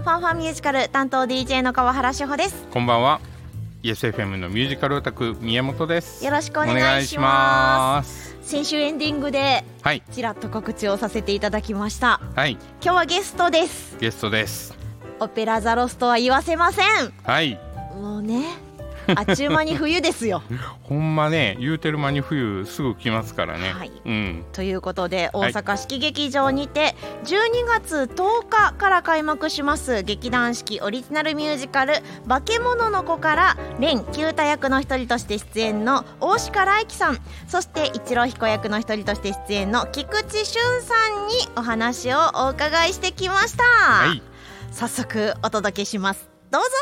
ファンファンミュージカル担当 DJ の川原志保です。 こんばんは。 ESFM のミュージカルオタク宮本です。 よろしくお願いします。先週エンディングでちらっと告知をさせていただきました、はい、今日はゲストです。オペラザロスとは言わせません。はい、もうね、あっちゅう間に冬ですよほんまね、言うてる間に冬すぐ来ますからね、はい、 ということで大阪式劇場にて12月10日から開幕します劇団四季オリジナルミュージカル化け物の子から蓮九太役の一人として出演の大鹿来輝さん、そして一郎彦役の一人として出演の菊池俊さんにお話をお伺いしてきました、はい、早速お届けします。どうぞ。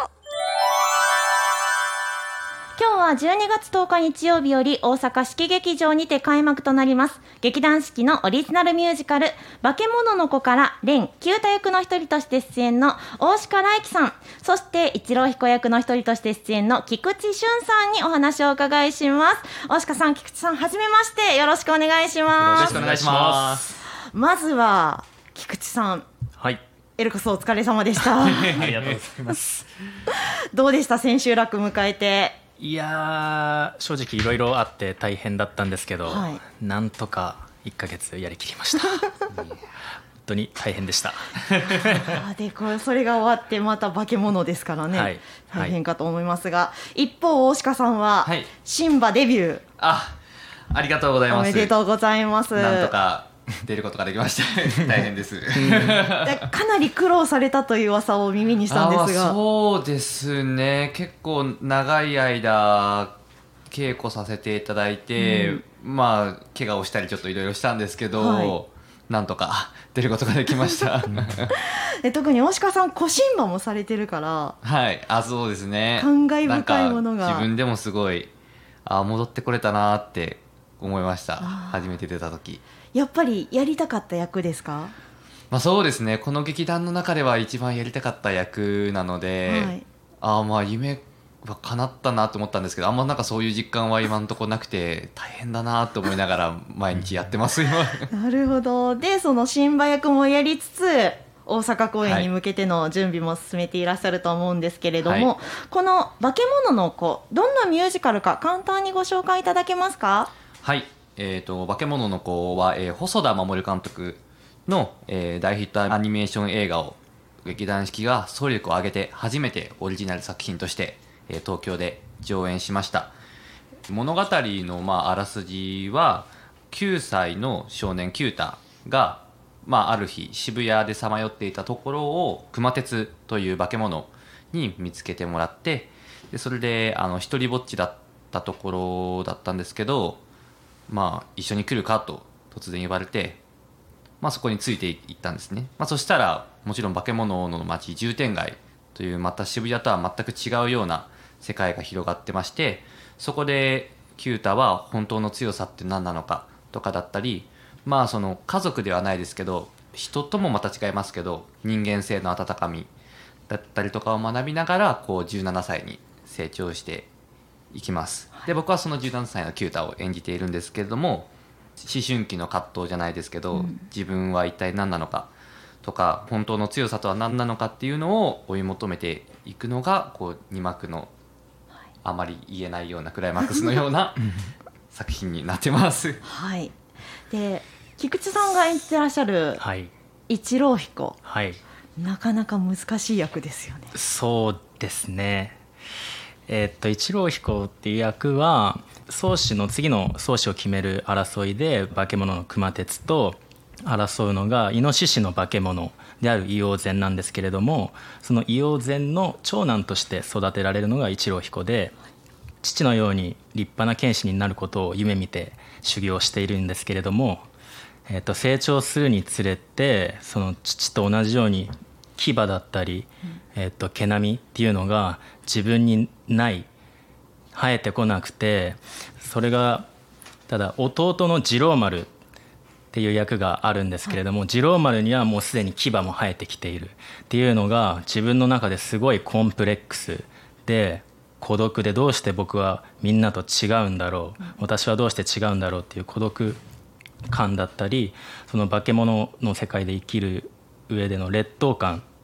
今日は12月10日日曜日より大阪式劇場にて開幕となります劇団四季のオリジナルミュージカル化け物の子から蓮九太役の一人として出演の大鹿来輝さん、そして一郎彦役の一人として出演の菊池俊さんにお話をお伺いします。大鹿さん、菊池さん、はじめまして。よろしくお願いします。 よろしくお願いします。 まずは菊池さん、 はい、 エルコスお疲れ様でしたありがとうございますどうでした、千秋楽迎えて。 いや正直いろいろあって大変だったんですけど、はい、なんとか1ヶ月やりきりました本当に大変でしたでそれが終わってまた化け物ですからね、はい、大変かと思いますが、はい、一方大鹿さんは、はい、シンバデビューありがとうございます。 おめでとうございます。 なんとか出ることができました大変ですかなり苦労されたという噂を耳にしたんですが。 そうですね、結構長い間稽古させていただいて、まあ怪我をしたりちょっといろいろしたんですけど、はい、なんとか出ることができました特に大鹿さん小シンバもされてるから、 はい、そうですね、 感慨深いものが自分でもすごい戻ってこれたなって思いました。初めて出た時やっぱりやりたかった役ですか？ そうですね、この劇団の中では一番やりたかった役なので、はい、夢は叶ったなと思ったんですけど、あんまなんかそういう実感は今のところなくて大変だなと思いながら毎日やってます今なるほど。でそのシンバ役もやりつつ大阪公演に向けての準備も進めていらっしゃると思うんですけれども、はい、この化け物の子、どんなミュージカルか簡単にご紹介いただけますか？ はい、化け物の子は、細田守監督の、大ヒットアニメーション映画を劇団四季が総力を挙げて初めてオリジナル作品として、東京で上演しました。物語の、あらすじは9歳の少年九太が、ある日渋谷でさまよっていたところを熊徹という化け物に見つけてもらって、でそれで一人ぼっちだったところだったんですけど、一緒に来るかと突然言われて、そこについていったんですね。そしたらもちろん化け物の街重点街というまた渋谷とは全く違うような世界が広がってまして、そこで九太は本当の強さって何なのかとかだったり、その家族ではないですけど人ともまた違いますけど人間性の温かみだったりとかを学びながら17歳に成長していきます。で僕はその17歳の九太を演じているんですけれども、思春期の葛藤じゃないですけど、自分は一体何なのかとか本当の強さとは何なのかっていうのを追い求めていくのが2幕のあまり言えないようなクライマックスのような作品になってますはい。で菊池さんが演じてらっしゃる一郎彦、はい、なかなか難しい役ですよね。 そうですね、一郎彦っていう役は宗師の次の宗師を決める争いで化け物の熊徹と争うのがイノシシの化け物である硫黄禅なんですけれども、その硫黄禅の長男として育てられるのが一郎彦で、父のように立派な剣士になることを夢見て修行しているんですけれども、成長するにつれてその父と同じように牙だったり、毛並みっていうのが自分にない生えてこなくて、それがただ弟の次郎丸っていう役があるんですけれども、次郎丸にはもうすでに牙も生えてきているっていうのが自分の中ですごいコンプレックスで、孤独でどうして僕はみんなと違うんだろう、私はどうして違うんだろうっていう孤独感だったり、その化け物の世界で生きる上での劣等感っ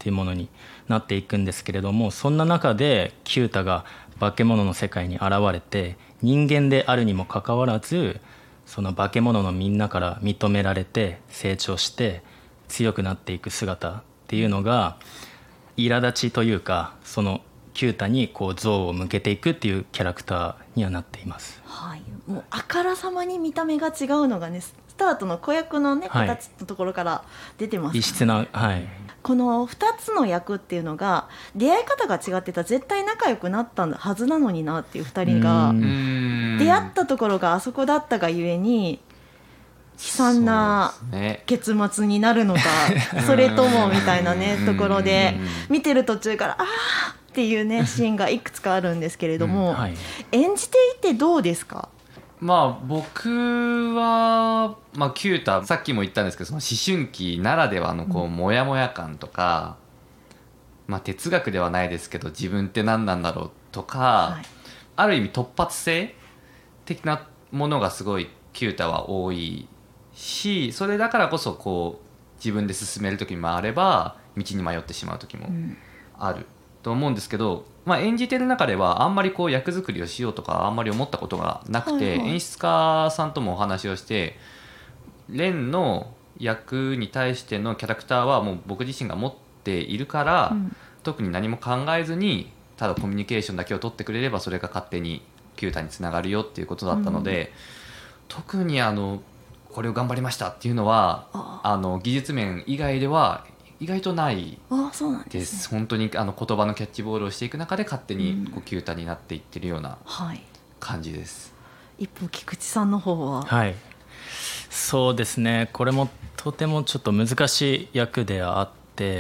っていうものになっていくんですけれども、そんな中で九太が化け物の世界に現れて、人間であるにもかかわらずその化け物のみんなから認められて成長して強くなっていく姿っていうのが苛立ちというか、その九太にこう像を向けていくっていうキャラクターにはなっています。 はい、もうあからさまに見た目が違うのがね、スタートの子役のね、 はい形のところから出てます、 異質な、はい、 この2つの役っていうのが出会い方が違ってたら絶対仲良くなったはずなのになっていう2人が出会ったところがあそこだったがゆえに悲惨な結末になるのか、それともみたいなねところで見てる途中からあーっていうねシーンがいくつかあるんですけれども、 はい、 演じていてどうですか？ まあ僕は、まあ、九太さっきも言ったんですけど、その思春期ならではのこうモヤモヤ感とか、まあ、哲学ではないですけど自分って何なんだろうとか、 はい、 ある意味突発性的なものがすごい九太は多いし、それだからこそこう自分で進める時もあれば道に迷ってしまう時もあると思うんですけど、まあ、演じてる中ではあんまりこう役作りをしようとかあんまり思ったことがなくて、 はいはい、 演出家さんともお話をして蓮の役に対してのキャラクターはもう僕自身が持っているから、特に何も考えずにただコミュニケーションだけを取ってくれればそれが勝手に九太につながるよっていうことだったので、特にこれを頑張りましたっていうのは技術面以外では意外とないです。本当に言葉のキャッチボールをしていく中で勝手にこう九太になっていってるような感じです。 一方菊池さんの方は、 はい、そうですね、これもとてもちょっと難しい役であって、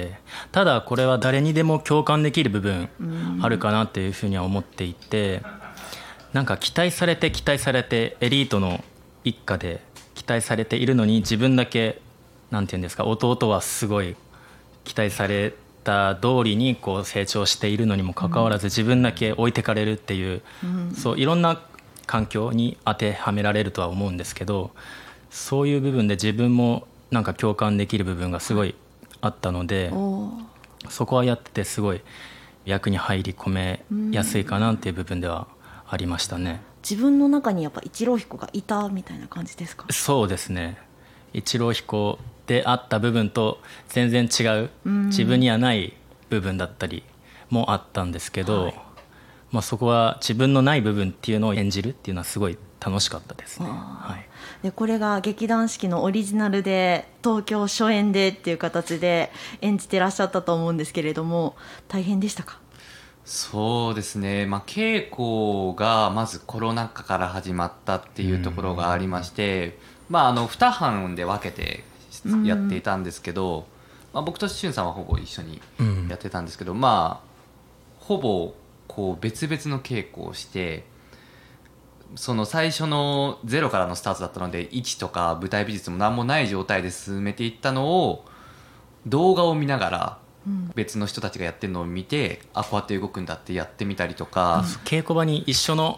ただこれは誰にでも共感できる部分あるかなっていうふうには思っていて、なんか期待されてエリートの一家で期待されているのに、自分だけなんていうんですか、弟はすごい期待された通りにこう成長しているのにもかかわらず、自分だけ置いてかれるっていう、そういろんな環境に当てはめられるとは思うんですけど、そういう部分で自分もなんか共感できる部分がすごいあったので、そこはやっててすごい役に入り込めやすいかなっていう部分ではありましたね。 自分の中にやっぱ一郎彦がいたみたいな感じですか？そうですね、一郎彦であった部分と全然違う、自分にはない部分だったりもあったんですけど、まあ、そこは自分のない部分っていうのを演じるっていうのはすごい楽しかったですね。はい、 でこれが劇団四季のオリジナルで東京初演でっていう形で演じてらっしゃったと思うんですけれども、大変でしたか？ そうですね、まあ、稽古がまずコロナ禍から始まったっていうところがありまして、まあ、2班で分けてやっていたんですけど、まあ、僕と俊さんはほぼ一緒にやってたんですけど、まあ、ほぼこう別々の稽古をして、その最初のゼロからのスタートだったので位置とか舞台美術も何もない状態で進めていったのを動画を見ながら別の人たちがやってるのを見て、あ、こうやって動くんだってやってみたりとか、 稽古場に一緒の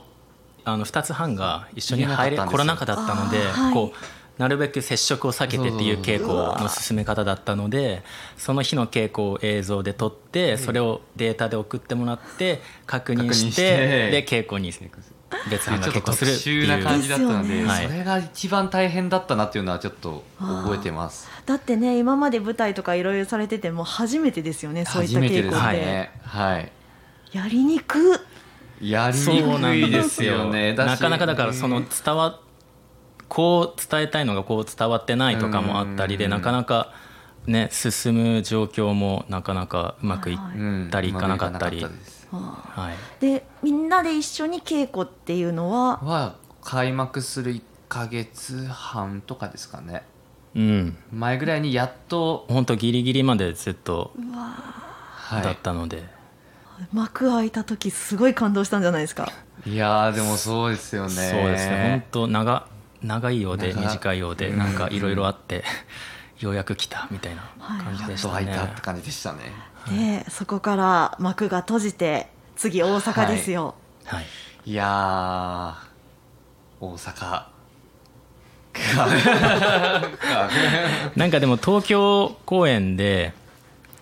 2つ班が一緒に入れコロナ禍だったので、こうなるべく接触を避けてっていう稽古の進め方だったので、その日の稽古を映像で撮って、それをデータで送ってもらって確認してで稽古に別班が結構するっていう、 ちょっと特殊な感じだったので、それが一番大変だったなっていうのはちょっと覚えてます。 だってね、今まで舞台とかいろいろされてても初めてですよね、そういった稽古って。 初めてですね、はい、 やりにくいですよね。 なかなかだからそのこう伝えたいのがこう伝わってないとかもあったりで、なかなかね進む状況もなかなかうまくいったりいかなかったり、 でみんなで一緒に稽古っていうのは開幕する1ヶ月半とかですかね、前ぐらいにやっと本当ギリギリまでずっとだったので、 幕開いた時すごい感動したんじゃないですか？ いやでもそうですよね。 そうですね、本当長いようで短いようで、なんかいろいろあってようやく来たみたいな感じでしたね。 やっと開いたって感じでしたね。 でそこから幕が閉じて次大阪ですよ。 いや大阪なんかでも東京公演で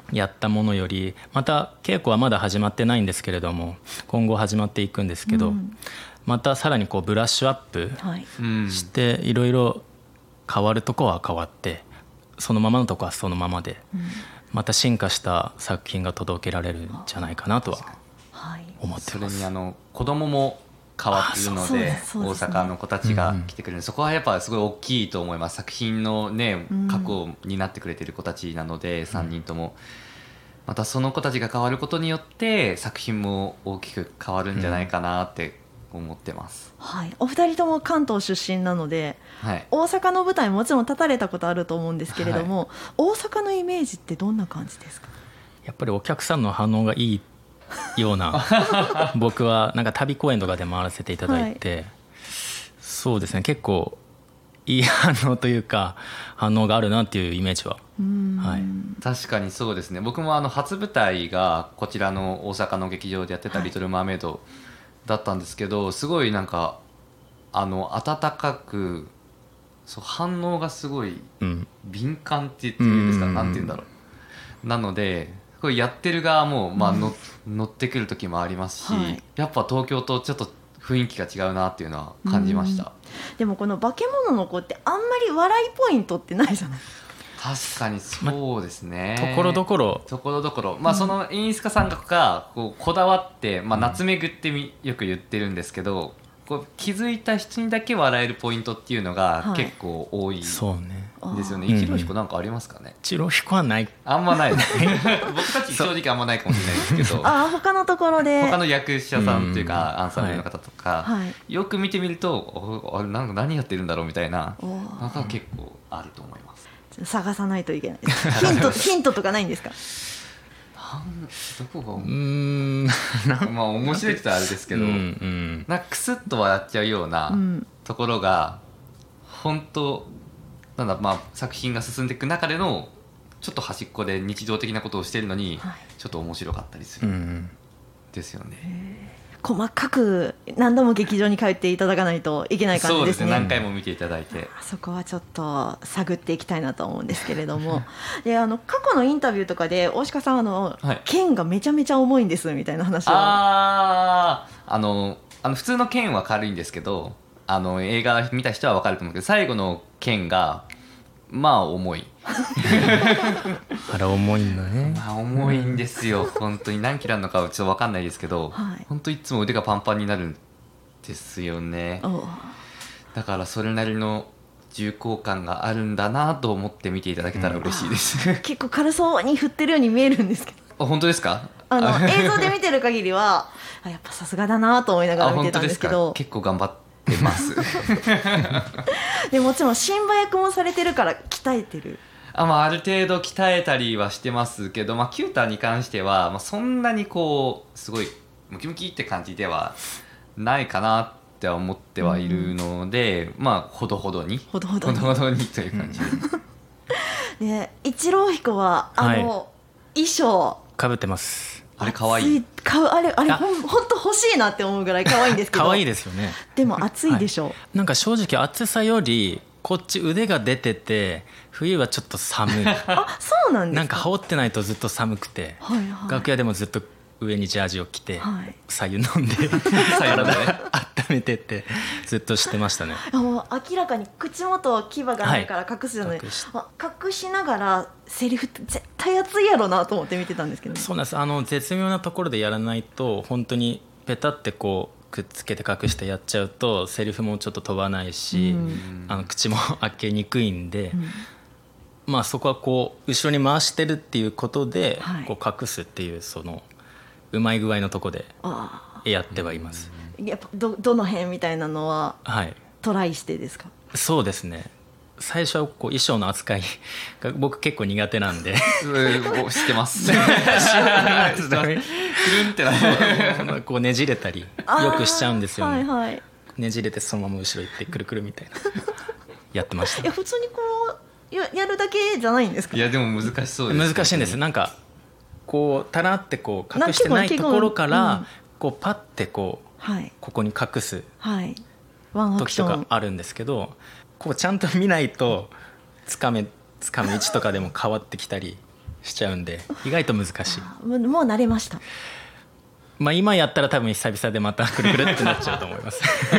やったものより、また稽古はまだ始まってないんですけれども、今後始まっていくんですけど、またさらにこうブラッシュアップしていろいろ変わるとこは変わって、そのままのとこはそのままで、また進化した作品が届けられるんじゃないかなとは思ってます。 それに子供も変わっているので、大阪の子たちが来てくれる、そこはやっぱすごい大きいと思います。作品のね核を担ってくれている子たちなので、3人ともまたその子たちが変わることによって作品も大きく変わるんじゃないかなって思ってます、 お二人とも関東出身なので、大阪の舞台もちろん立たれたことあると思うんですけれども、大阪のイメージってどんな感じですか？ やっぱりお客さんの反応がいいような僕はなんか旅公演とかで回らせていただいて、そうですね、結構いい反応というか反応があるなっていうイメージは、 確かにそうですね。僕も初舞台がこちらの大阪の劇場でやってた「リトル・マーメイド」だったんですけど、すごいなんか温かく、そう反応がすごい敏感って言っていいんですか、なんて言うんだろう。なのでこれやってる側も、乗ってくる時もありますし、やっぱ東京とちょっと雰囲気が違うなっていうのは感じました。 でもこの化け物の子ってあんまり笑いポイントってないじゃないですか。 確かにそうですね、 ところどころその演出家さんがこだわって、夏目ぐってよく言ってるんですけど、気づいた人にだけ笑えるポイントっていうのが結構多いですよね。一郎彦なんかありますかね？ 一郎彦はない、 あんまない僕たち正直あんまないかもしれないですけど他のところで他の役者さんというか、アンサンブルの方とか、よく見てみるとあれなんか何やってるんだろうみたいなのが結構あると思います。 探さないといけないヒントとかないんですか？ どこが面白いって言ったらあれですけど、なんかクスッと笑っちゃうようなところが本当なんだ、作品が進んでいく中でのちょっと端っこで日常的なことをしているのに、ちょっと面白かったりするですよね。 細かく何度も劇場に帰っていただかないといけない感じですね。 そうですね、何回も見ていただいて、 そこはちょっと探っていきたいなと思うんですけれどもで過去のインタビューとかで大鹿さん剣がめちゃめちゃ重いんですみたいな話を普通の剣は軽いんですけど、映画見た人は分かると思うけど、最後の剣が重いあれ重いんだね。 重いんですよ本当に。何キロあるのかはちょっと分かんないですけど、本当いつも腕がパンパンになるんですよね。だからそれなりの重厚感があるんだなと思って見ていただけたら嬉しいです、 結構軽そうに振ってるように見えるんですけど。 本当ですか？ 映像で見てる限りはやっぱさすがだなと思いながら見てたんですけど。 結構頑張ってますでもちろんシンバ役もされてるから鍛えてる。 ある程度鍛えたりはしてますけど、キュータに関しては、そんなにすごいムキムキって感じではないかなって思ってはいるので、ほどほどにという感じで一郎彦は衣装かぶってます。 あれ可愛い。 あれ本当欲しいなって思うぐらい可愛いんですけど可愛いですよね。 でも暑いでしょう、 なんか正直暑さよりこっち腕が出てて冬はちょっと寒いそうなんですか？ なんか羽織ってないとずっと寒くて、楽屋でもずっと上にジャージを着て、白湯飲んで体温めてってずっとしてましたね。 もう明らかに口元牙がないから隠すじゃない、隠しながらセリフって絶対熱いやろなと思って見てたんですけど、 そうなんです。絶妙なところでやらないと本当にペタってくっつけて隠してやっちゃうとセリフもちょっと飛ばないし、口も開けにくいんで、そこは後ろに回してるっていうことで隠すっていうそのうまい具合のとこでやってはいます。 やっぱどの辺みたいなのはトライしてですか？ そうですね。最初は衣装の扱いが僕結構苦手なんで知ってますくるんってねじれたりよくしちゃうんですよね、ねじれてそのまま後ろ行ってくるくるみたいなやってました。 普通にやるだけじゃないんですか？ いやでも難しそうです、 難しいんです。なんかたらって隠してないところからパッてここに隠す時とかあるんですけど、ちゃんと見ないとつかむ位置とかでも変わってきたりしちゃうんで意外と難しい。 もう慣れました。 まあ今やったら多分久々でまたくるくるってなっちゃうと思います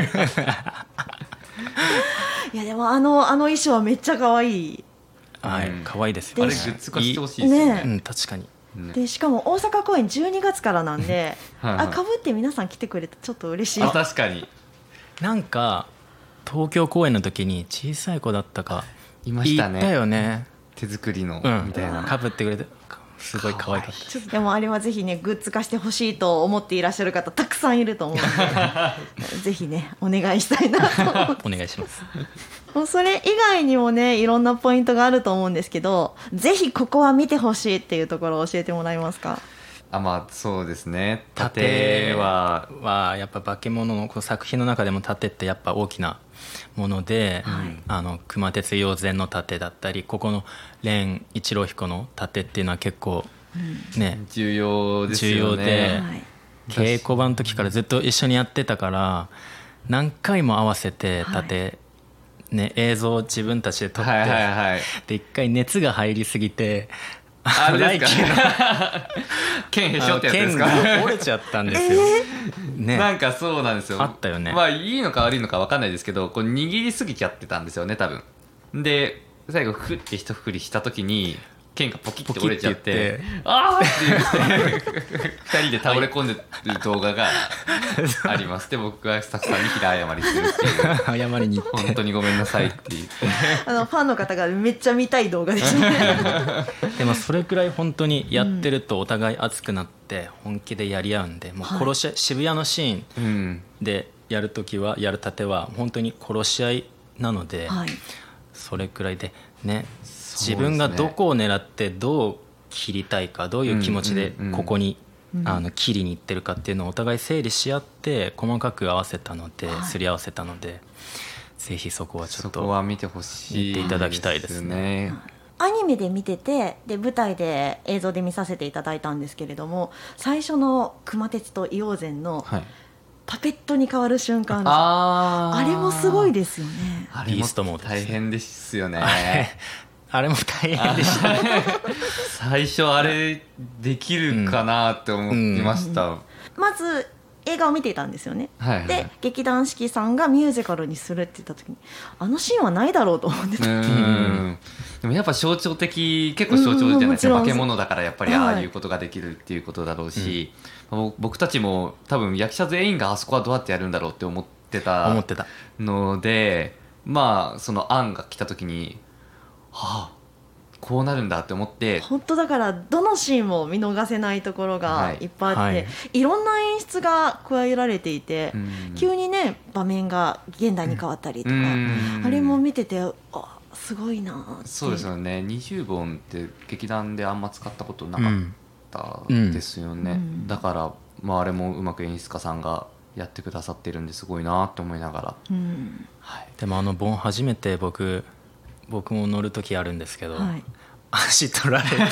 いやでもあの衣装はめっちゃ可愛い。 はい、可愛いですよね。 あれグッズ化してほしいですよね。 うん、確かに。 でしかも大阪公演12月からなんではいはい、 あ、かぶって皆さん来てくれてちょっと嬉しい。 あ、確かになんか東京公演の時に小さい子だったかいましたね。 いたよね。 手作りのうん、 みたいな。 かぶってくれてすごい可愛かった。 ちょっとでもあれはぜひねグッズ化してほしいと思っていらっしゃる方たくさんいると思うのでぜひねお願いしたいなとお願いしますそれ以外にもねいろんなポイントがあると思うんですけど、ぜひここは見てほしいっていうところを教えてもらえますか？ あ、まあそうですね。 盾はやっぱ化け物のこの作品の中でも盾ってやっぱ大きなもので、熊徹陽前の盾だったりここの蓮一郎彦の盾っていうのは結構ね、 重要ですよね。 重要で、 はい、 稽古場の時からずっと一緒にやってたから何回も合わせて盾、ね、映像を自分たちで撮って、 はいはいはい、 で一回熱が入りすぎてあれですか来剣へしょってやつですか？ 剣が折れちゃったんですよ、ね、 なんかそうなんですよ。 あったよね。 まあいいのか悪いのか分かんないですけど、こう握りすぎちゃってたんですよね多分。で最後フッて一振りした時に剣がポキッて折れちゃってあーって言って2人で倒れ込んでる動画があります。で僕がスタッフさんに平謝りするっていう謝りに行って本当にごめんなさいって言ってファンの方がめっちゃ見たい動画ですねでもそれくらい本当にやってるとお互い熱くなって本気でやり合うんで、もう殺し合い、渋谷のシーンでやる時はやる盾は本当に殺し合いなので、 はい、 それくらいでね、自分がどこを狙ってどう切りたいか、どういう気持ちでここに切りに行ってるかっていうのをお互い整理し合って細かく合わせたので、すり合わせたので、ぜひそこはちょっそとこは見てほしい見ていただきたいですね。 アニメで見てて、で舞台で映像で見させていただいたんですけれども、最初の熊徹と硫黄禅のパペットに変わる瞬間、あれもすごいですよね。 あれも大変ですよね。 あれも大変でした最初あれできるかなって思いました、 まず映画を見ていたんですよね、 はいはい、 で劇団四季さんがミュージカルにするって言った時にあのシーンはないだろうと思ってた。 でもやっぱ象徴的、結構象徴じゃないですか。化け物だからやっぱりああいうことができるっていうことだろうし、僕たちも多分役者全員があそこはどうやってやるんだろうって思ってたので、まあその案が来た時にはあ、こうなるんだって思って、 本当だからどのシーンも見逃せないところがいっぱいあって、いろんな演出が加えられていて、急にね場面が現代に変わったりとか、あれも見ててすごいなって。 そうですよね。20本って劇団であんま使ったことなかったですよね、だから、まあ、あれもうまく演出家さんがやってくださってるんですごいなって思いながら、 はい、でも盆初めて僕も乗る時あるんですけど、足取られて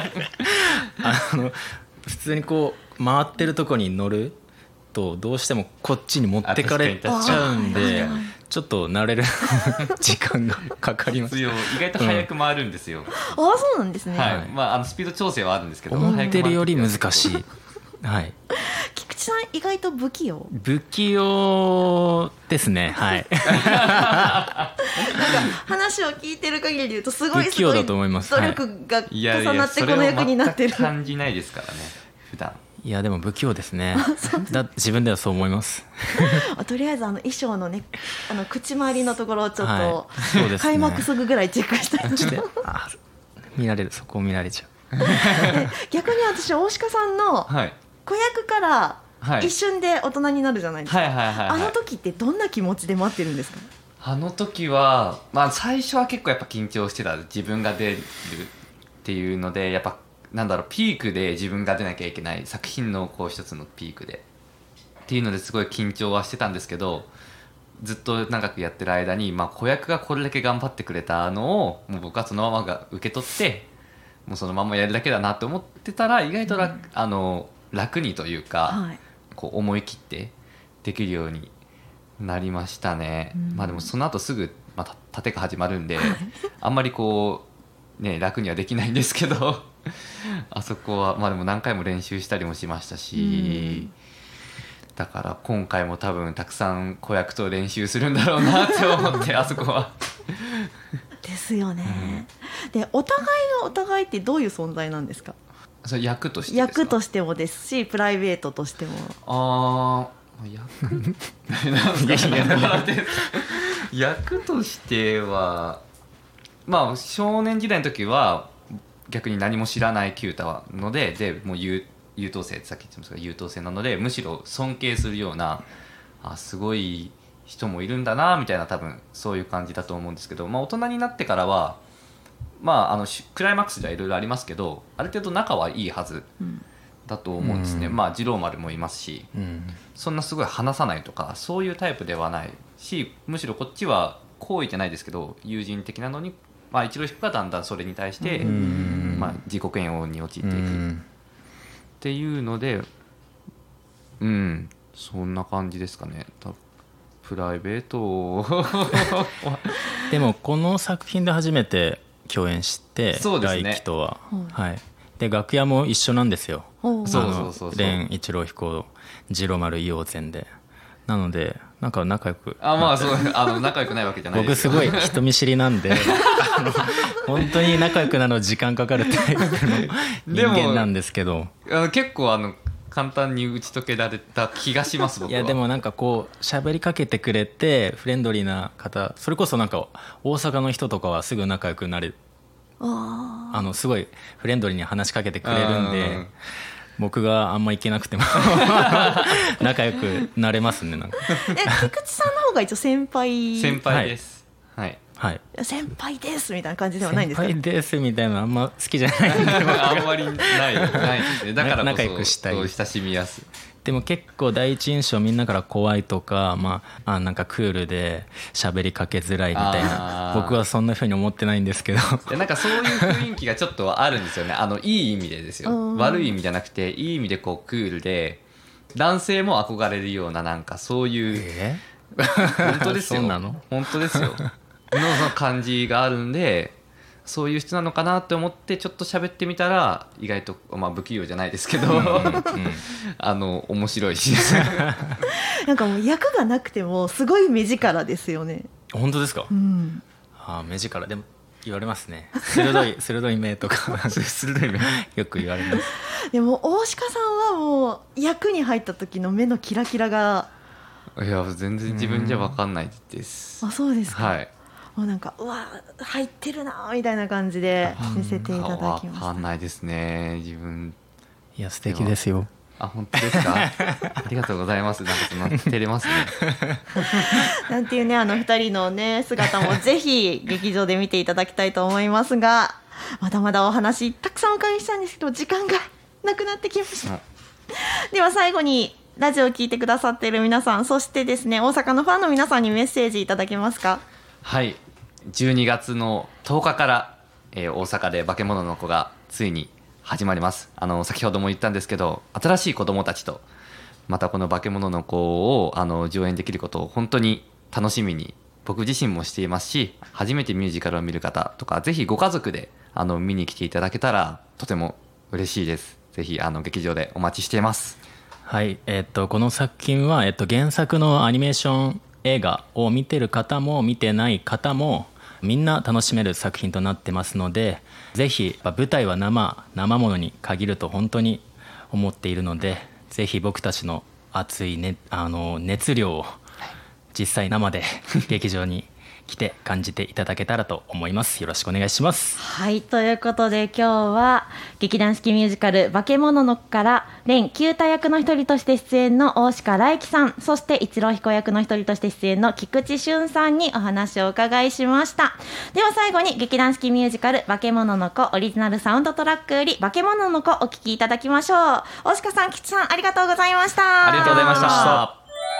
普通にこう回ってるとこに乗るとどうしてもこっちに持ってかれちゃうんで、ちょっと慣れる時間がかかります。 意外と早く回るんですよ、 そうなんですね、 まあ、スピード調整はあるんですけど、 思ってるより難しいはい、 菊池さん意外と不器用ですね。はい話を聞いてる限りで言うとすごい不器用だと思います。 努力が重なってこの役になってる。 それを全く感じないですからね普段。 いやでも不器用ですね自分ではそう思いますとりあえず衣装のね口周りのところをちょっと、 そうですね、 開幕すぐぐらいチェックしたいしてそこを見られちゃう逆に私大鹿さんの子役から一瞬で大人になるじゃないですか、あの時ってどんな気持ちで待ってるんですか？ あの時は、まあ、最初は結構やっぱ緊張してた。自分が出るっていうのでやっぱなんだろう、ピークで自分が出なきゃいけない作品のこう一つのピークでっていうのですごい緊張はしてたんですけど、ずっと長くやってる間に、まあ、子役がこれだけ頑張ってくれたのをもう僕はそのまま受け取ってもうそのままやるだけだなと思ってたら意外と楽にというか、こう思い切ってできるようになりましたね、まあでもその後すぐまた盾が始まるんで、あんまりこうね楽にはできないんですけどあそこはまあでも何回も練習したりもしましたし、だから今回も多分たくさん子役と練習するんだろうなって思ってあそこはですよね、でお互いがお互いってどういう存在なんですか？ それ役としてですか？ 役としてもですしプライベートとしても。 役としてはまあ少年時代の時は逆に何も知らないキュータのでもう優等生ってさっき言ってましたが優等生なのでむしろ尊敬するようなすごい人もいるんだなみたいな多分そういう感じだと思うんですけど、まあ、大人になってからは、まあ、クライマックスではいろいろありますけどある程度仲はいいはずだと思うんですね、まあ次郎丸もいますし、そんなすごい話さないとかそういうタイプではないしむしろこっちは好意じゃないですけど友人的なのに、まあ、一郎彦がだんだんそれに対して、まあ、自己嫌悪に陥っていくっていうのでそんな感じですかね。プライベートでもこの作品で初めて共演してそうですね来輝とは、はい、で楽屋も一緒なんですよ。 そう蓮一郎彦次郎丸硫黄泉でなのでなんか仲良くまあそう仲良くないわけじゃない僕ですすごい人見知りなんで本当に仲良くなるの時間かかるタイプの人間なんですけど結構簡単に打ち解けられた気がします僕は。 いやでもなんかこう喋りかけてくれてフレンドリーな方それこそなんか大阪の人とかはすぐ仲良くなれすごいフレンドリーに話しかけてくれるんで僕があんま行けなくても仲良くなれますね。なんか菊池さんの方が一応先輩です。はいはい先輩ですみたいな感じではないんですか？ 先輩ですみたいなあんま好きじゃないんであんまりないですね。だからこそ仲良くしたい。 親しみやすい。 でも結構第一印象みんなから怖いとか、なんかクールで喋りかけづらいみたいな僕はそんな風に思ってないんですけどなんかそういう雰囲気がちょっとあるんですよね。いい意味でですよ。悪い意味じゃなくていい意味でこうクールで男性も憧れるようななんかそういう本当ですよ。 そうなの？ 本当ですよの感じがあるんでそういう人なのかなって思ってちょっと喋ってみたら意外と、不器用じゃないですけど面白いしなんかもう役がなくてもすごい目力ですよね。 本当ですか？目力でも言われますね。鋭い目とか鋭い目よく言われます。 でも大鹿さんはもう役に入った時の目のキラキラがいや全然自分じゃ分かんないです。 そうですか。 はいもうなんかうわ入ってるなみたいな感じで見せていただきました。 分かんないですね自分。 いや素敵ですよ。 本当ですか？ありがとうございます。なんかその照れますねなんていうね2人のね姿もぜひ劇場で見ていただきたいと思いますがまだまだお話たくさんお伺いしたんですけど時間がなくなってきました。では最後にラジオを聞いてくださっている皆さんそしてですね大阪のファンの皆さんにメッセージいただけますか？ はい12月の10日から、大阪で化け物の子がついに始まります。先ほども言ったんですけど新しい子どもたちとまたこの化け物の子を上演できることを本当に楽しみに僕自身もしていますし初めてミュージカルを見る方とかぜひご家族で見に来ていただけたらとても嬉しいです。ぜひ劇場でお待ちしています。 はい、この作品は、原作のアニメーション映画を見てる方も見てない方もみんな楽しめる作品となってますのでぜひ舞台は生ものに限ると本当に思っているのでぜひ僕たちの熱い、熱量を実際生で劇場に来て感じていただけたらと思います。よろしくお願いします。 はいということで今日は劇団四季ミュージカル化け物の子から蓮九太役の一人として出演の大鹿来輝さんそして一郎彦役の一人として出演の菊池俊さんにお話をお伺いしました。では最後に劇団四季ミュージカル化け物の子オリジナルサウンドトラックより化け物の子お聴きいただきましょう。大鹿さん菊池さんありがとうございました。 ありがとうございました。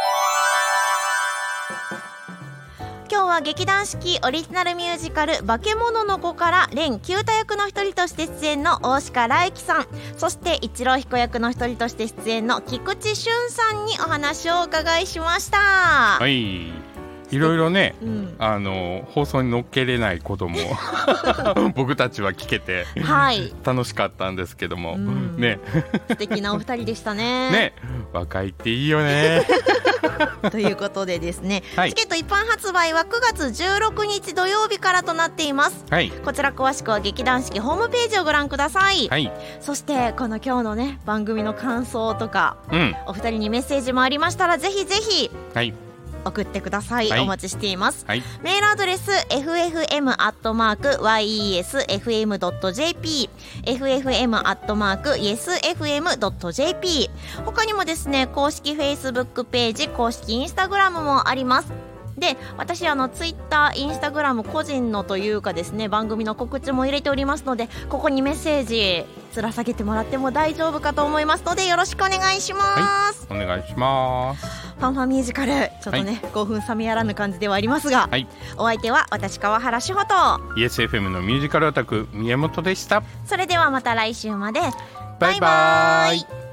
今日は劇団四季オリジナルミュージカル化け物の子から蓮九太役の一人として出演の大鹿来輝さんそして一郎彦役の一人として出演の菊池俊さんにお話をお伺いしました。 はいいろいろね、 うん放送に乗っけれないことも僕たちは聞けてはい楽しかったんですけども、 うんね素敵なお二人でしたねね若いっていいよねということでですね、 はいチケット一般発売は9月16日土曜日からとなっています。 はいこちら詳しくは劇団四季ホームページをご覧ください、 はい、 そしてこの今日のね番組の感想とかうんお二人にメッセージもありましたらぜひぜひはい送ってください、 はいお待ちしています、 はいメールアドレス ffm@yesfm.jp ffm@yesfm.jp 他にもですね公式 Facebook ページ公式 Instagram もあります。で私ツイッターインスタグラム個人のというかですね番組の告知も入れておりますのでここにメッセージつら下げてもらっても大丈夫かと思いますのでよろしくお願いします、 お願いしますファンファンミュージカルちょっとね、興奮冷めやらぬ感じではありますが、 はいお相手は私川原志穂と ESFM のミュージカルオタク宮本でした。 それではまた来週までバイバイ。